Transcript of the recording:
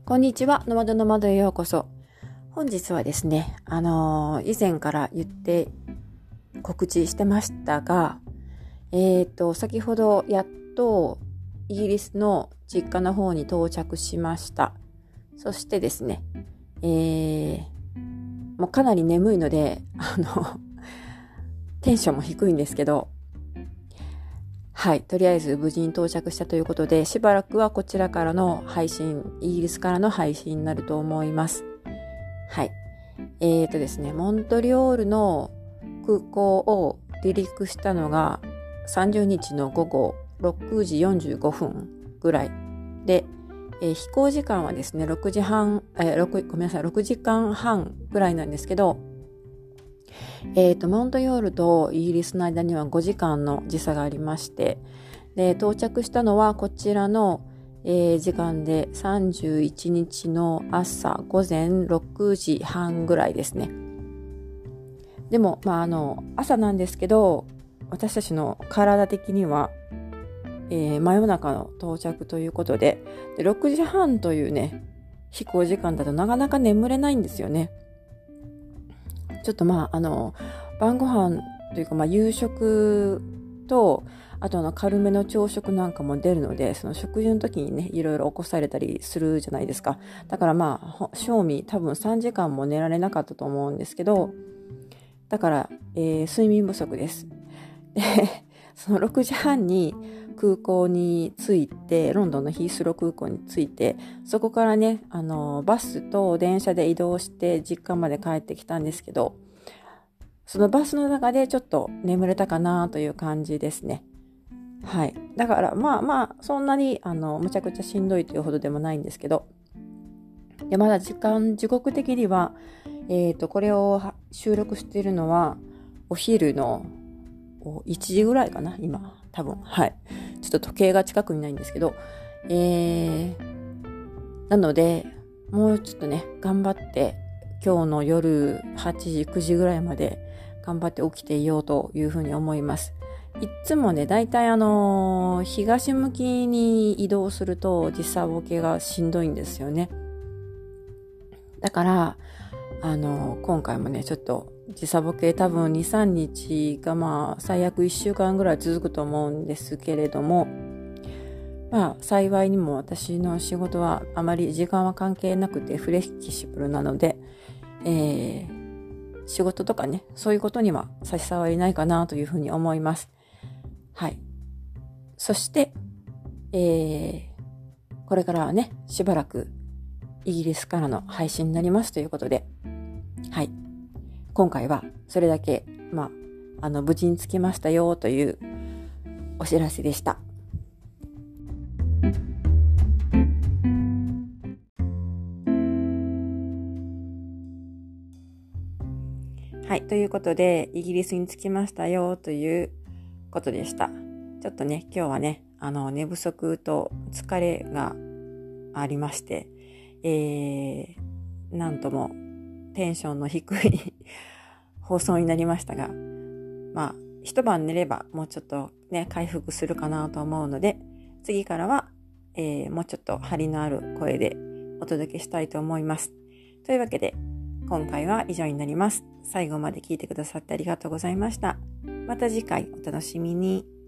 こんにちは、ノマドノマドへようこそ。本日はですね、以前から告知してましたが、先ほどやっとイギリスの実家の方に到着しました。そしてですね、もうかなり眠いので、テンションも低いんですけど、はい、とりあえず無事に到着したということで、しばらくはこちらからの配信、イギリスからの配信になると思います。はい。ですね、モントリオールの空港を離陸したのが30日の午後6時45分ぐらいで、飛行時間はですね、6時間半ぐらいなんですけど、モントリオールとイギリスの間には5時間の時差がありまして、で到着したのはこちらの、時間で31日の朝午前6時半ぐらいですね。でも、朝なんですけど、私たちの体的には、真夜中の到着ということで、6時半というね、飛行時間だとなかなか眠れないんですよね。ちょっと晩ご飯というか、夕食と、あと軽めの朝食なんかも出るので、その食事の時にね、いろいろ起こされたりするじゃないですか。だから正味多分3時間も寝られなかったと思うんですけど、だから、睡眠不足です。で、その6時半に空港に着いて、ロンドンのヒースロー空港に着いて、そこからね、バスと電車で移動して実家まで帰ってきたんですけど、そのバスの中でちょっと眠れたかなという感じですね。はい。だからそんなにむちゃくちゃしんどいというほどでもないんですけど、でまだ時刻的には、これを収録しているのはお昼の1時ぐらいかな、今多分。はい。ちょっと時計が近くにないんですけど、なのでもうちょっとね、頑張って今日の夜8時9時ぐらいまで頑張って起きていようというふうに思います。いつもね、だいたい東向きに移動すると時差ボケがしんどいんですよね。だから今回もね、ちょっと時差ボケ多分 2,3 日が最悪1週間ぐらい続くと思うんですけれども、幸いにも私の仕事はあまり時間は関係なくてフレキシブルなので、仕事とかね、そういうことには差し障りないかなというふうに思います。はい。そして、これからはね、しばらくイギリスからの配信になりますということで、はい。今回はそれだけ、無事に着きましたよというお知らせでした。はい。ということで、イギリスに着きましたよということでした。ちょっとね、今日はね、寝不足と疲れがありまして、なんともテンションの低い放送になりましたが、一晩寝ればもうちょっとね、回復するかなと思うので、次からは、もうちょっと張りのある声でお届けしたいと思います。というわけで、今回は以上になります。最後まで聞いてくださってありがとうございました。また次回お楽しみに。